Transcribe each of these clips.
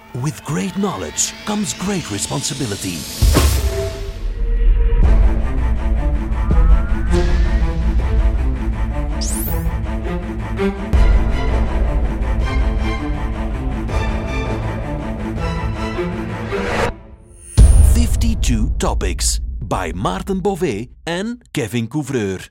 With great knowledge comes great responsibility. Topics by Maarten Bové en Kevin Couvreur.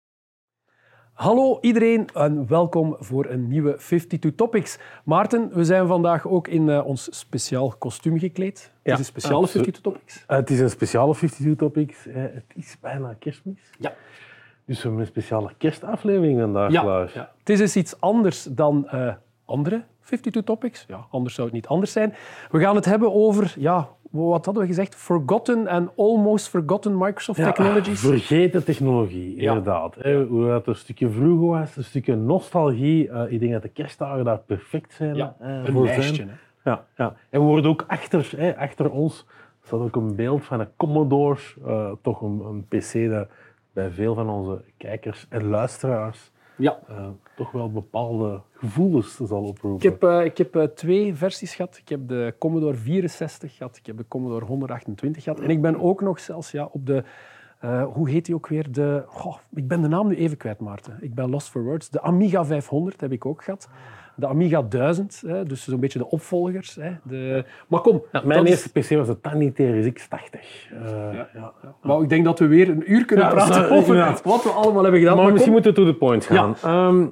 Hallo iedereen en welkom voor een nieuwe 52 Topics. Maarten, we zijn vandaag ook in ons speciaal kostuum gekleed. Het is een speciale 52 Topics. Het is een speciale 52 Topics. Het is bijna Kerstmis. Ja. Dus we hebben een speciale kerstaflevering vandaag klaar. Ja. Het is dus iets anders dan andere 52 Topics. Ja, anders zou het niet anders zijn. We gaan het hebben over... wat hadden we gezegd? Forgotten and almost forgotten Microsoft technologies. Vergeten technologie, inderdaad. Hoe dat een stukje vroeger was, een stukje nostalgie. Ik denk dat de kerstdagen daar perfect zijn. Een lijstje. Ja. En we worden ook achter ons staat ook een beeld van een Commodore. Toch een PC dat bij veel van onze kijkers en luisteraars toch wel bepaalde gevoelens zal oproepen. Ik heb twee versies gehad. Ik heb de Commodore 64 gehad, ik heb de Commodore 128 gehad. En ik ben ook nog zelfs op de... hoe heet die ook weer? Ik ben de naam nu even kwijt, Maarten. Ik ben lost for words. De Amiga 500 heb ik ook gehad. De Amiga 1000, dus zo'n beetje de opvolgers. Maar kom. Mijn eerste PC was de Tandy TRX-80. Maar ik denk dat we weer een uur kunnen praten over wat we allemaal hebben gedaan. Maar misschien moeten we to the point gaan.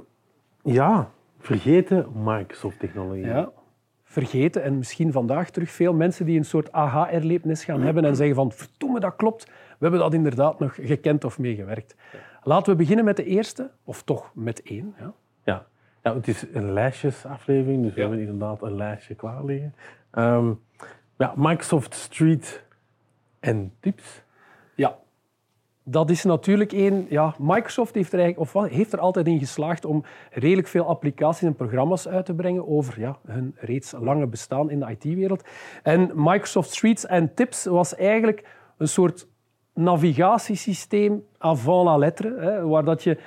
Vergeten Microsoft-technologie. Ja, vergeten. En misschien vandaag terug veel mensen die een soort aha-erlevenis gaan hebben en zeggen van, verdomme, dat klopt. We hebben dat inderdaad nog gekend of meegewerkt. Laten we beginnen met de eerste, of toch met één. Ja, het is een lijstjesaflevering, dus we hebben inderdaad een lijstje klaar liggen. Microsoft Street en tips. Ja. Dat is natuurlijk één... Ja, Microsoft heeft er altijd in geslaagd om redelijk veel applicaties en programma's uit te brengen over hun reeds lange bestaan in de IT-wereld. En Microsoft Streets and Tips was eigenlijk een soort navigatiesysteem avant la lettre, waar dat je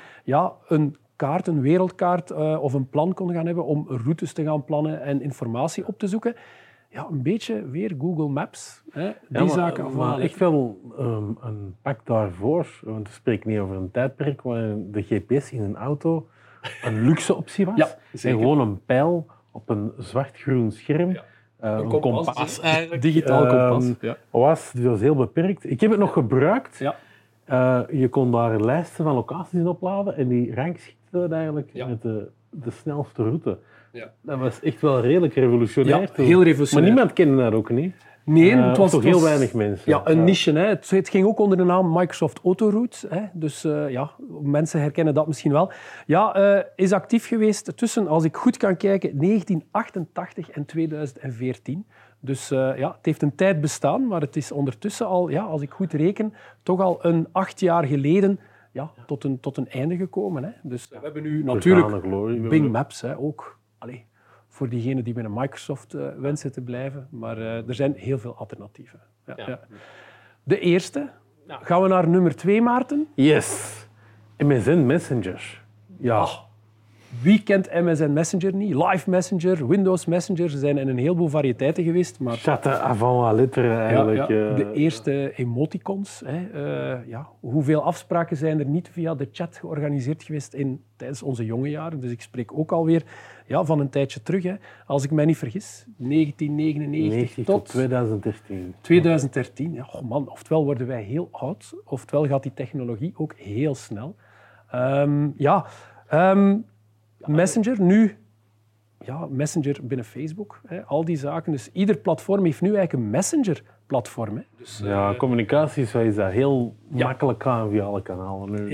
een wereldkaart of een plan kon gaan hebben om routes te gaan plannen en informatie op te zoeken. Ja, een beetje weer Google Maps. Zaken. Maar echt wel een pak daarvoor. Want we spreken niet over een tijdperk waar de GPS in een auto een luxe optie was. Ja, en gewoon een pijl op een zwart-groen scherm. Een kompas eigenlijk. Digitaal kompas. Was heel beperkt. Ik heb het nog gebruikt. Ja. Je kon daar lijsten van locaties in opladen en die rangschikte eigenlijk met de snelste route. Ja. Dat was echt wel redelijk revolutionair. Ja, heel revolutionair. Maar niemand kende dat ook niet. Nee, het was toch heel weinig mensen. Ja, een niche. Hè. Het ging ook onder de naam Microsoft Autoroute. Hè. Dus mensen herkennen dat misschien wel. Is actief geweest tussen, als ik goed kan kijken, 1988 en 2014. Dus het heeft een tijd bestaan, maar het is ondertussen al, als ik goed reken, toch al 8 jaar geleden tot een einde gekomen. Hè. Dus we hebben nu natuurlijk Bing Maps ook. Voor diegenen die binnen Microsoft wensen te blijven. Maar er zijn heel veel alternatieven. Ja. De eerste. Gaan we naar nummer 2, Maarten? Yes. MSN Messenger. Ja. Wie kent MSN Messenger niet? Live Messenger, Windows Messenger. Er zijn in een heleboel variëteiten geweest. Maar chatten avant la lettre eigenlijk. De eerste emoticons. Hoeveel afspraken zijn er niet via de chat georganiseerd geweest tijdens onze jonge jaren? Dus ik spreek ook alweer van een tijdje terug. Hè. Als ik mij niet vergis, 1999 tot 2013. 2013. Ja, man, oftewel worden wij heel oud, oftewel gaat die technologie ook heel snel. Messenger, nu... Ja, Messenger binnen Facebook, al die zaken. Dus ieder platform heeft nu eigenlijk een Messenger-platform. Hè. Dus, communicatie is dat heel makkelijk gaan via alle kanalen nu.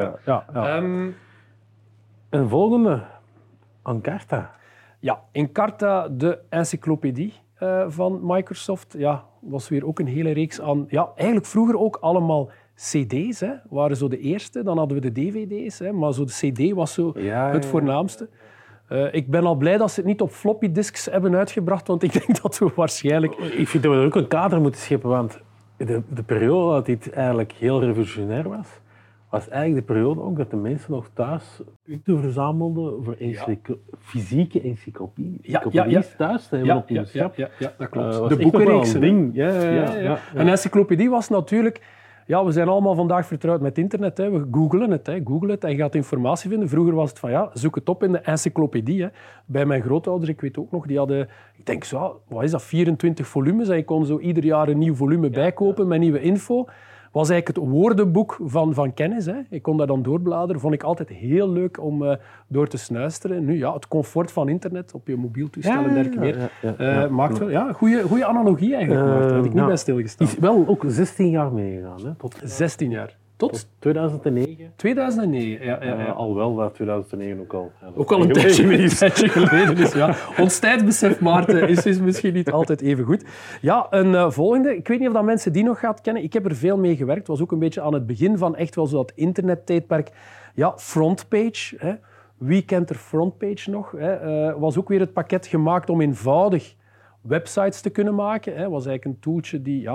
Een volgende, Encarta. Ja, Encarta, de encyclopedie van Microsoft, was weer ook een hele reeks aan... Ja, eigenlijk vroeger ook allemaal cd's, waren zo de eerste. Dan hadden we de dvd's, maar zo de cd was zo het voornaamste. Ik ben al blij dat ze het niet op floppy disks hebben uitgebracht, want ik denk dat we waarschijnlijk... Ik vind dat we er ook een kader moeten scheppen, want de periode dat dit eigenlijk heel revolutionair was, was eigenlijk de periode ook dat de mensen nog thuis punten verzamelden voor fysieke encyclopedies thuis te hebben op hun schap. Ja, dat klopt. De boekenreeks. Een ding. Ja. Een encyclopedie was natuurlijk... Ja, we zijn allemaal vandaag vertrouwd met internet. Hè. We googlen het. Google het en je gaat informatie vinden. Vroeger was het van, zoek het op in de encyclopedie. Hè. Bij mijn grootouders, ik weet ook nog, die hadden... Ik denk zo, wat is dat, 24 volumes. En je kon zo ieder jaar een nieuw volume bijkopen met nieuwe info. Was eigenlijk het woordenboek van kennis. Hè. Ik kon dat dan doorbladeren. Vond ik altijd heel leuk om door te snuisteren. Nu, het comfort van internet op je mobiel toestel en dergelijke meer. Maakt wel... goede analogie eigenlijk. Daar had ik niet bij stilgestaan. Is wel ook 16 jaar meegegaan. Hè? Tot 16 jaar. Tot 2009. 2009, ja. Alhoewel dat 2009 ook al... Ook al een tijdje geleden is. Ja. Ons tijdsbesef, Maarten, is misschien niet altijd even goed. Ja, een volgende. Ik weet niet of dat mensen die nog gaat kennen. Ik heb er veel mee gewerkt. Het was ook een beetje aan het begin van echt wel zo dat internettijdperk. Ja, Frontpage. Hè. Wie kent er Frontpage nog? Hè? Was ook weer het pakket gemaakt om eenvoudig websites te kunnen maken. Hè. Was eigenlijk een tooltje die...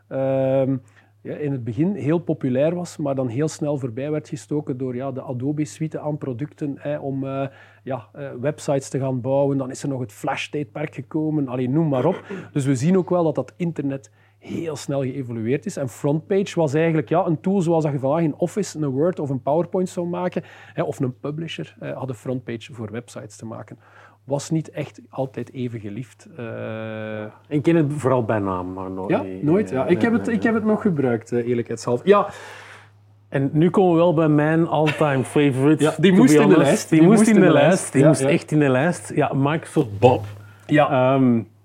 in het begin heel populair was, maar dan heel snel voorbij werd gestoken door de Adobe-suite aan producten om websites te gaan bouwen. Dan is er nog het Flash-tijdperk gekomen, noem maar op. Dus we zien ook wel dat internet heel snel geëvolueerd is. En Frontpage was eigenlijk een tool zoals je vandaag in Office een Word of een PowerPoint zou maken, of een publisher, had een Frontpage voor websites te maken. Was niet echt altijd even geliefd. Ik ken het vooral bij naam, maar nooit. Ja, nooit. Ja. Ik heb het nog gebruikt, eerlijkheidshalve. Ja. En nu komen we wel bij mijn all-time favorite. Ja, die moest in de lijst. Die moest in de lijst. Die moest echt in de lijst. Ja, Microsoft Bob. Ja.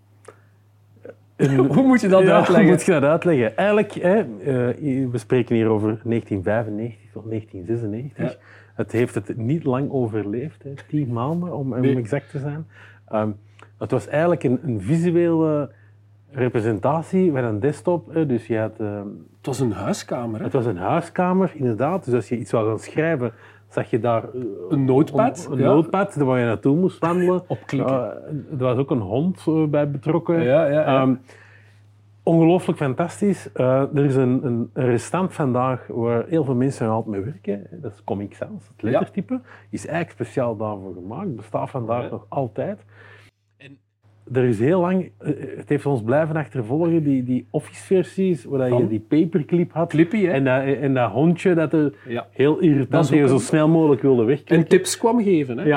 Hoe moet je dat uitleggen? Hoe moet je dat uitleggen? Eigenlijk, we spreken hier over 1995 tot 1996. Ja. Het heeft het niet lang overleefd, 10 maanden om exact te zijn. Het was eigenlijk een visuele representatie met een desktop. Dus je had, het was een huiskamer. Hè? Het was een huiskamer, inderdaad. Dus als je iets wou gaan schrijven, zag je daar een notepad. Een notepad waar je naartoe moest wandelen. Opklikken. Er was ook een hond bij betrokken. Ja. Ongelooflijk fantastisch. Er is een restant vandaag waar heel veel mensen altijd mee werken. Dat is Comic Sans, het lettertype. Is eigenlijk speciaal daarvoor gemaakt. Bestaat vandaag nog altijd. En er is heel lang... Het heeft ons blijven achtervolgen, die Office-versies, waar je die paperclip had. Clippy, hè? En dat hondje dat er heel irritant je zo snel mogelijk wilde wegklikken. En tips kwam geven, hè?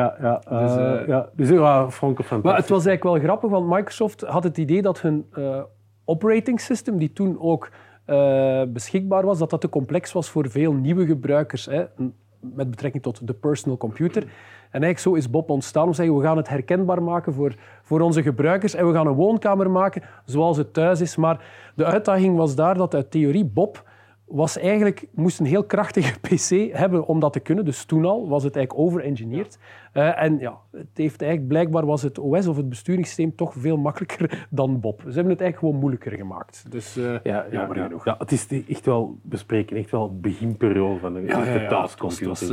Dus vond ik fantastisch. Maar het was eigenlijk wel grappig, want Microsoft had het idee dat hun... operating system, die toen ook beschikbaar was, dat te complex was voor veel nieuwe gebruikers, met betrekking tot de personal computer. En eigenlijk zo is Bob ontstaan om te zeggen, we gaan het herkenbaar maken voor onze gebruikers en we gaan een woonkamer maken zoals het thuis is. Maar de uitdaging was daar dat uit theorie Bob moest een heel krachtige PC hebben om dat te kunnen. Dus toen al was het eigenlijk overengineerd. Het heeft eigenlijk, blijkbaar was het OS of het besturingssysteem toch veel makkelijker dan Bob. Ze hebben het eigenlijk gewoon moeilijker gemaakt. Dus jammer genoeg. Ja, het is echt wel bespreken, echt wel het beginperiode van de thuiscomputers.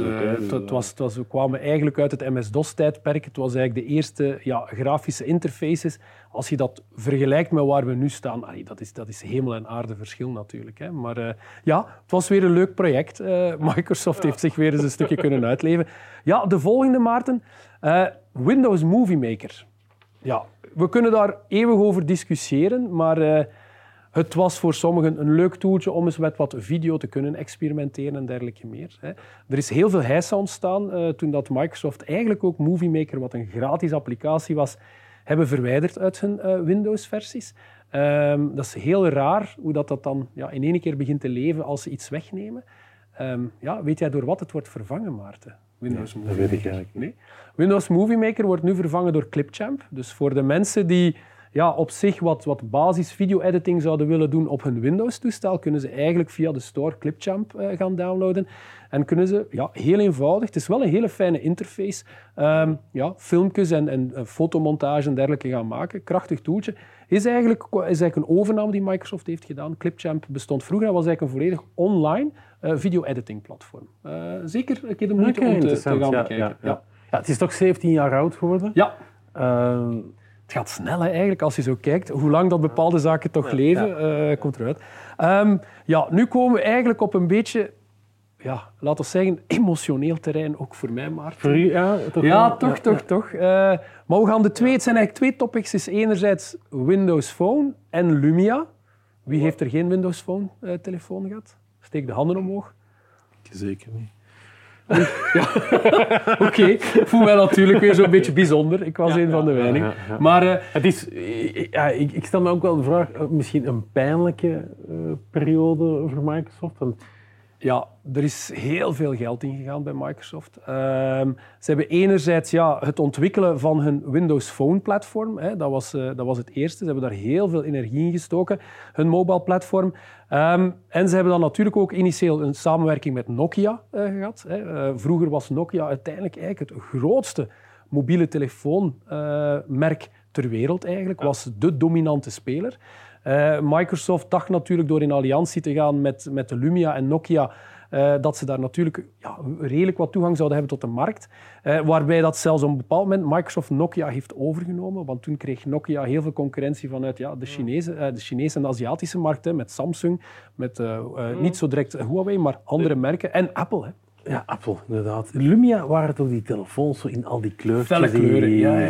We kwamen eigenlijk uit het MS-DOS-tijdperk. Het was eigenlijk de eerste grafische interfaces. Als je dat vergelijkt met waar we nu staan, dat is hemel en aarde verschil natuurlijk. Hè. Maar het was weer een leuk project. Microsoft heeft zich weer eens een stukje kunnen uitleven. Ja, de volgende, Maarten. Windows Movie Maker. Ja, we kunnen daar eeuwig over discussiëren, maar het was voor sommigen een leuk toeltje om eens met wat video te kunnen experimenteren en dergelijke meer. Hè. Er is heel veel heisa ontstaan toen dat Microsoft eigenlijk ook Movie Maker, wat een gratis applicatie was, hebben verwijderd uit hun Windows-versies. Dat is heel raar hoe dat dan in één keer begint te leven als ze iets wegnemen. Weet jij door wat het wordt vervangen, Maarten? Windows Movie Maker. Dat weet ik eigenlijk niet. Nee? Windows Movie Maker wordt nu vervangen door Clipchamp. Dus voor de mensen die op zich wat basis video-editing zouden willen doen op hun Windows-toestel, kunnen ze eigenlijk via de store Clipchamp gaan downloaden. En kunnen ze, heel eenvoudig, het is wel een hele fijne interface, filmpjes en fotomontage en dergelijke gaan maken. Krachtig toeltje. Is eigenlijk een overname die Microsoft heeft gedaan. Clipchamp bestond vroeger en was eigenlijk een volledig online video-editing platform. Zeker een keer de moeite om te gaan bekijken. Ja, het is toch 17 jaar oud geworden? Ja. Het gaat snel eigenlijk, als je zo kijkt. Hoe lang dat bepaalde zaken toch leven, komt eruit. Nu komen we eigenlijk op een beetje ja, laten we zeggen, emotioneel terrein, ook voor mij, Maarten. Voor u, ja? Toch Ja, wel? toch. Maar we gaan het zijn eigenlijk 2 topics. Is enerzijds Windows Phone en Lumia. Wie heeft er geen Windows Phone telefoon gehad? Steek de handen omhoog. Zeker niet. Oké, ik voel mij natuurlijk weer zo'n beetje bijzonder. Ik was een van de weinigen. Ja. Maar Het is, ik stel me ook wel de vraag, misschien een pijnlijke periode voor Microsoft. Want ja, er is heel veel geld ingegaan bij Microsoft. Ze hebben enerzijds het ontwikkelen van hun Windows Phone platform. Dat was het eerste. Ze hebben daar heel veel energie in gestoken, hun mobile platform. En ze hebben dan natuurlijk ook initieel een samenwerking met Nokia gehad. Vroeger was Nokia uiteindelijk eigenlijk het grootste mobiele telefoonmerk ter wereld. Eigenlijk. Was de dominante speler. Microsoft dacht natuurlijk door in alliantie te gaan met de Lumia en Nokia dat ze daar natuurlijk redelijk wat toegang zouden hebben tot de markt. Waarbij dat zelfs op een bepaald moment Microsoft Nokia heeft overgenomen. Want toen kreeg Nokia heel veel concurrentie vanuit de Chinese en de Aziatische markt. Met Samsung, met niet zo direct Huawei, maar andere merken. En Apple. Hè. Ja, Apple, inderdaad. Lumia waren toch die telefoons zo in al die kleurtjes? Felle kleuren,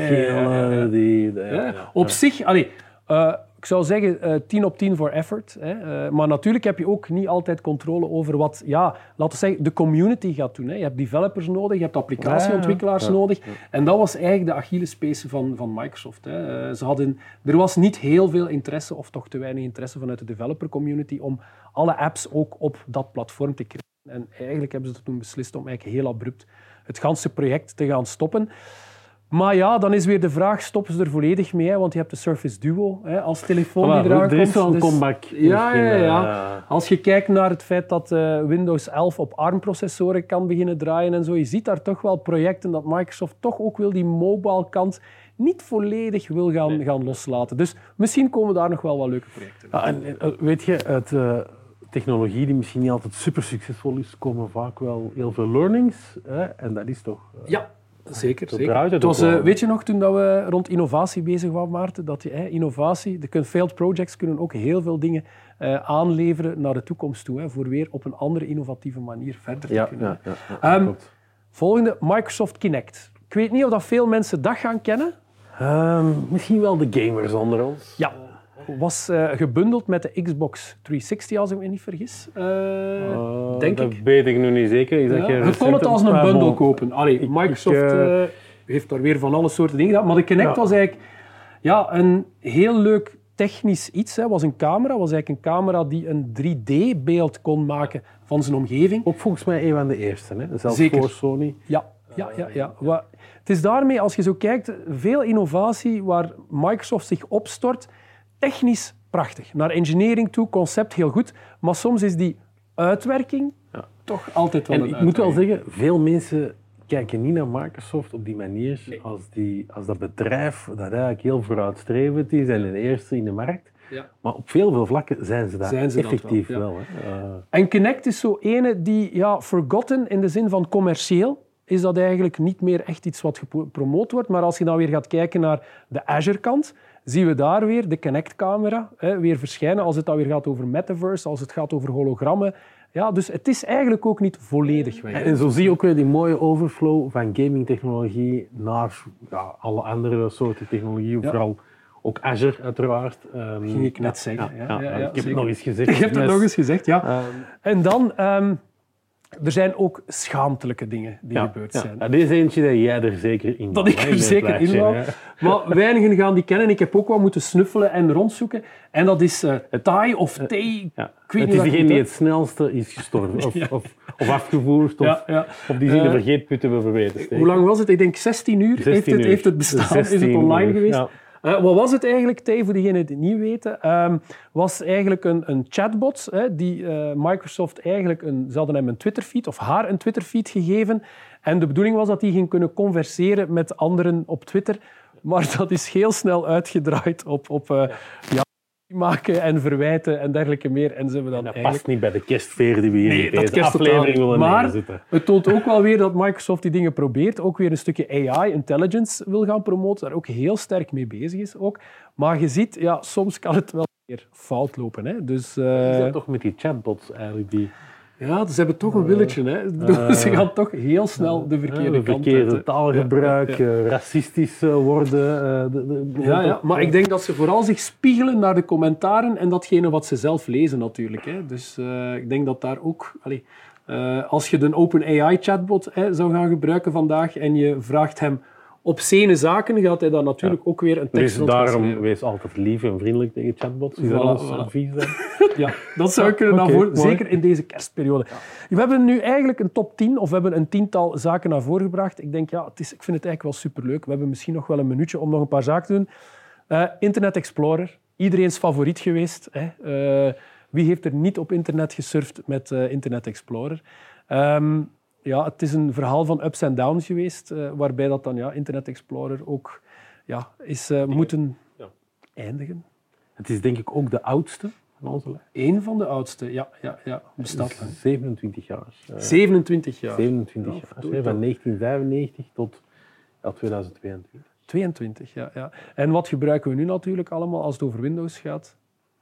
Op zich, ik zou zeggen 10 op 10 voor effort. Maar natuurlijk heb je ook niet altijd controle over wat, laten we zeggen, de community gaat doen. Je hebt developers nodig, je hebt applicatieontwikkelaars nodig. En dat was eigenlijk de Achillespees van Microsoft. Er was niet heel veel interesse, of toch te weinig interesse vanuit de developer community om alle apps ook op dat platform te krijgen. En eigenlijk hebben ze toen beslist om eigenlijk heel abrupt het ganse project te gaan stoppen. Maar dan is weer de vraag, stoppen ze er volledig mee? Want je hebt de Surface Duo als telefoon die eraan komt. Er is wel een comeback. Ja. Als je kijkt naar het feit dat Windows 11 op ARM-processoren kan beginnen draaien en zo, je ziet daar toch wel projecten dat Microsoft toch ook wil die mobile kant niet volledig wil gaan loslaten. Dus misschien komen daar nog wel wat leuke projecten. Weet je, uit technologie die misschien niet altijd super succesvol is, komen vaak wel heel veel learnings. En dat is toch... Zeker. Het was, weet je nog, toen dat we rond innovatie bezig waren, Maarten, dat innovatie, de failed projects kunnen ook heel veel dingen aanleveren naar de toekomst toe, voor weer op een andere innovatieve manier verder te kunnen. Volgende, Microsoft Kinect. Ik weet niet of dat veel mensen dat gaan kennen. Misschien wel de gamers onder ons. Ja. Was gebundeld met de Xbox 360, als ik me niet vergis. Denk dat ik. weet ik nu niet zeker. Je kon het als een bundel kopen. Microsoft heeft daar weer van alle soorten dingen gedaan. Maar de Kinect was eigenlijk een heel leuk technisch iets. Was een camera. Was eigenlijk een camera die een 3D-beeld kon maken van zijn omgeving. Ook volgens mij een van de eerste, hè? Zelfs Zeker. Voor Sony. Ja. Het is daarmee, als je zo kijkt, veel innovatie waar Microsoft zich opstort. Technisch prachtig. Naar engineering toe, concept heel goed. Maar soms is die uitwerking toch altijd wel en ik moet wel zeggen, veel mensen kijken niet naar Microsoft op die manier als dat bedrijf dat eigenlijk heel vooruitstrevend is en de eerste in de markt. Ja. Maar op veel vlakken zijn ze dat effectief wel. En Kinect is zo ene die, forgotten in de zin van commercieel, is dat eigenlijk niet meer echt iets wat gepromoot wordt. Maar als je dan weer gaat kijken naar de Azure-kant, zien we daar weer de Kinect-camera weer verschijnen als het dan weer gaat over metaverse, als het gaat over hologrammen. Ja, dus het is eigenlijk ook niet volledig weg. En zo zie je ook weer die mooie overflow van gaming-technologie naar alle andere soorten technologie, vooral ook Azure uiteraard. Ging ik net zeggen. Ik heb het nog eens gezegd. Ik heb het nog eens gezegd, ja. En dan... er zijn ook schaamtelijke dingen die gebeurd zijn. Dit is eentje dat jij er zeker in dat ik er zeker in wou. Maar weinigen gaan die kennen. Ik heb ook wat moeten snuffelen en rondzoeken. En dat is TAI of T. Het is degene die het snelste is gestorven. Of afgevoerd. Of die in de vergeetputten wil verweten. Hoe lang was het? Ik denk 16 uur, heeft het bestaan. Is het online geweest? Ja. Wat was het eigenlijk, Thij, voor diegenen die het niet weten? Was eigenlijk een chatbot die Microsoft eigenlijk... Ze hadden hem een Twitterfeed, of haar een Twitterfeed gegeven. En de bedoeling was dat die ging kunnen converseren met anderen op Twitter. Maar dat is heel snel uitgedraaid op maken en verwijten en dergelijke meer. En ze hebben dan dat past niet bij de kerstfeer die we hier in deze aflevering willen neerzetten. Maar het toont ook wel weer dat Microsoft die dingen probeert. Ook weer een stukje AI, intelligence, wil gaan promoten. Daar ook heel sterk mee bezig is. Ook. Maar je ziet, soms kan het wel weer fout lopen. Hè. Dus, is dat toch met die chatbots eigenlijk? Ja, ze hebben toch een willetje. Hè? Ze gaan toch heel snel de verkeerde kant verkeerde taalgebruik, racistisch worden. Ja, maar ik denk dat ze vooral zich spiegelen naar de commentaren en datgene wat ze zelf lezen natuurlijk. Hè. Dus ik denk dat daar ook... als je de OpenAI-chatbot zou gaan gebruiken vandaag en je vraagt hem obscene zaken, gaat hij dan natuurlijk ook weer een tekst Dus daarom wees altijd lief en vriendelijk tegen chatbots. Is dat ons advies dan? Ja, dat zou ik kunnen aanvoeren, zeker in deze kerstperiode. Ja. We hebben nu eigenlijk een top 10, of we hebben een 10-tal zaken naar voren gebracht. Ik denk, ik vind het eigenlijk wel superleuk. We hebben misschien nog wel een minuutje om nog een paar zaken te doen. Internet Explorer, iedereen's favoriet geweest. Hè. Wie heeft er niet op internet gesurfd met Internet Explorer? Het is een verhaal van ups en downs geweest, waarbij dat dan Internet Explorer ook is moeten eindigen. Het is denk ik ook de oudste van onze lijst. Eén van de oudste, ja. Bestaat 27 jaar. 27 jaar. 27 jaar. Van 1995 tot 2022. 22, ja. En wat gebruiken we nu natuurlijk allemaal als het over Windows gaat?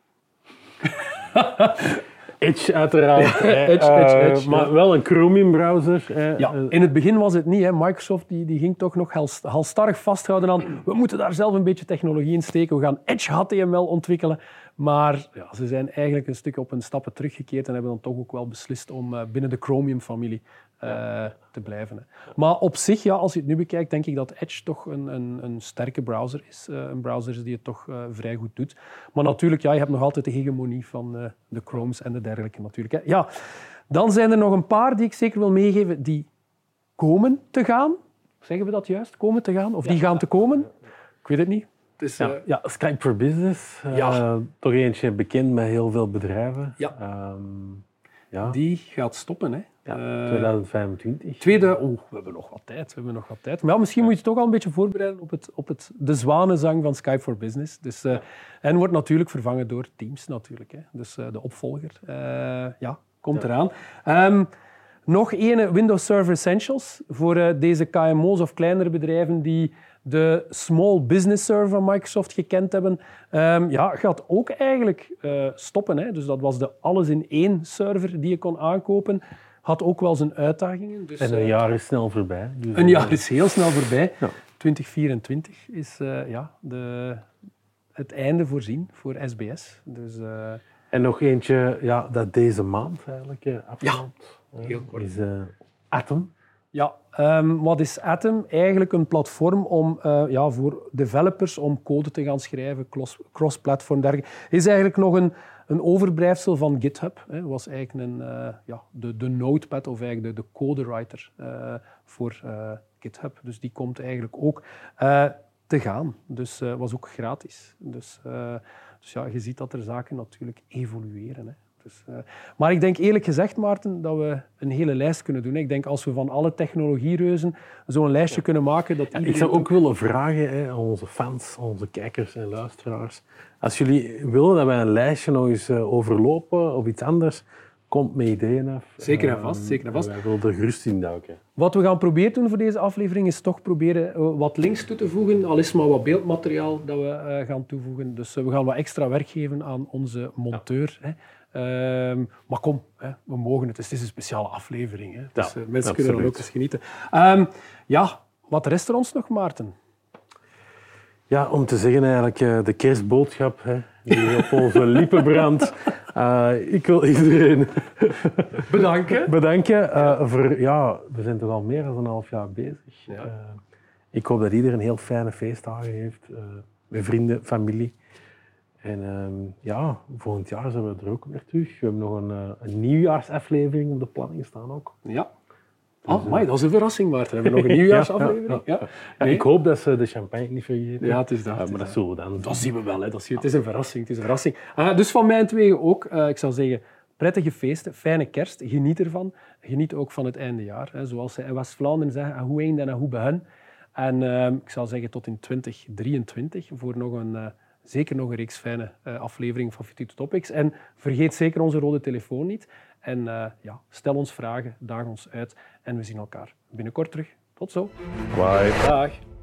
Edge uiteraard. Edge, maar wel een Chromium-browser. In het begin was het niet. Hè. Microsoft die ging toch nog halstarrig vasthouden aan we moeten daar zelf een beetje technologie in steken. We gaan Edge HTML ontwikkelen. Maar ze zijn eigenlijk een stuk op hun stappen teruggekeerd en hebben dan toch ook wel beslist om binnen de Chromium-familie te blijven. Hè. Maar op zich, als je het nu bekijkt, denk ik dat Edge toch een sterke browser is. Een browser die het toch vrij goed doet. Maar natuurlijk, je hebt nog altijd de hegemonie van de Chromes en de dergelijke natuurlijk. Hè. Ja, dan zijn er nog een paar die ik zeker wil meegeven die komen te gaan. Zeggen we dat juist? Komen te gaan? Of die gaan te komen? Ik weet het niet. Dus, Skype for Business. Toch eentje bekend met heel veel bedrijven. Die gaat stoppen, hè. 2025. We hebben nog wat tijd. Maar misschien moet je het toch al een beetje voorbereiden op de zwanenzang van Skype for Business. Dus, en wordt natuurlijk vervangen door Teams natuurlijk. Hè. Dus de opvolger. Komt eraan. Nog één, Windows Server Essentials. Voor deze KMO's of kleinere bedrijven die de Small Business Server van Microsoft gekend hebben, gaat ook eigenlijk stoppen. Hè. Dus dat was de alles-in-één server die je kon aankopen. Had ook wel zijn uitdagingen. Dus, en een jaar is snel voorbij. Dus een jaar is heel snel voorbij. Ja. 2024 is het einde voorzien voor SBS. Dus, en nog eentje dat deze maand eigenlijk afloopt. Heel kort. Is Atom. Ja, wat is Atom? Eigenlijk een platform om, voor developers om code te gaan schrijven, cross-platform dergelijke. Is eigenlijk nog een overblijfsel van GitHub. Het was eigenlijk de notepad of eigenlijk de codewriter voor GitHub. Dus die komt eigenlijk ook te gaan. Dus was ook gratis. Dus je ziet dat er zaken natuurlijk evolueren. Hè. Dus, maar ik denk eerlijk gezegd, Maarten, dat we een hele lijst kunnen doen. Ik denk als we van alle technologiereuzen zo'n lijstje kunnen maken... Dat ik zou ook willen vragen aan onze fans, onze kijkers en luisteraars. Als jullie willen dat wij een lijstje nog eens overlopen of iets anders, komt met ideeën af. Zeker en vast. Wij willen er gerust in duiken. Wat we gaan proberen doen voor deze aflevering is toch proberen wat links toe te voegen, al is maar wat beeldmateriaal dat we gaan toevoegen. Dus we gaan wat extra werk geven aan onze monteur. Hè. Maar kom, we mogen het. Het is een speciale aflevering. Hè. Dus mensen kunnen er ook eens genieten. Wat rest er ons nog, Maarten? Ja, om te zeggen eigenlijk de kerstboodschap die op onze lippen brandt. Ik wil iedereen bedanken. We zijn toch al meer dan een half jaar bezig. Ja. Ik hoop dat iedereen heel fijne feestdagen heeft. Met vrienden, familie. En volgend jaar zijn we er ook weer terug. We hebben nog een nieuwjaarsaflevering op de planning staan ook. Ja. Dat is een verrassing, Maarten. We hebben nog een nieuwjaarsaflevering. Nee. Ik hoop dat ze de champagne niet vergeten. Ja, het is dat. Maar dat zullen we dan. Dat zien we wel. Hè. Het is een verrassing. Dus van mijn tweeën ook. Ik zou zeggen, prettige feesten, fijne kerst. Geniet ervan. Geniet ook van het einde jaar. Hè. Zoals ze in West-Vlaanderen zeggen, hoe eind en hoe begin. En ik zou zeggen tot in 2023 voor zeker nog een reeks fijne afleveringen van Future Topics. En vergeet zeker onze rode telefoon niet. En stel ons vragen, daag ons uit. En we zien elkaar binnenkort terug. Tot zo. Bye. Dag.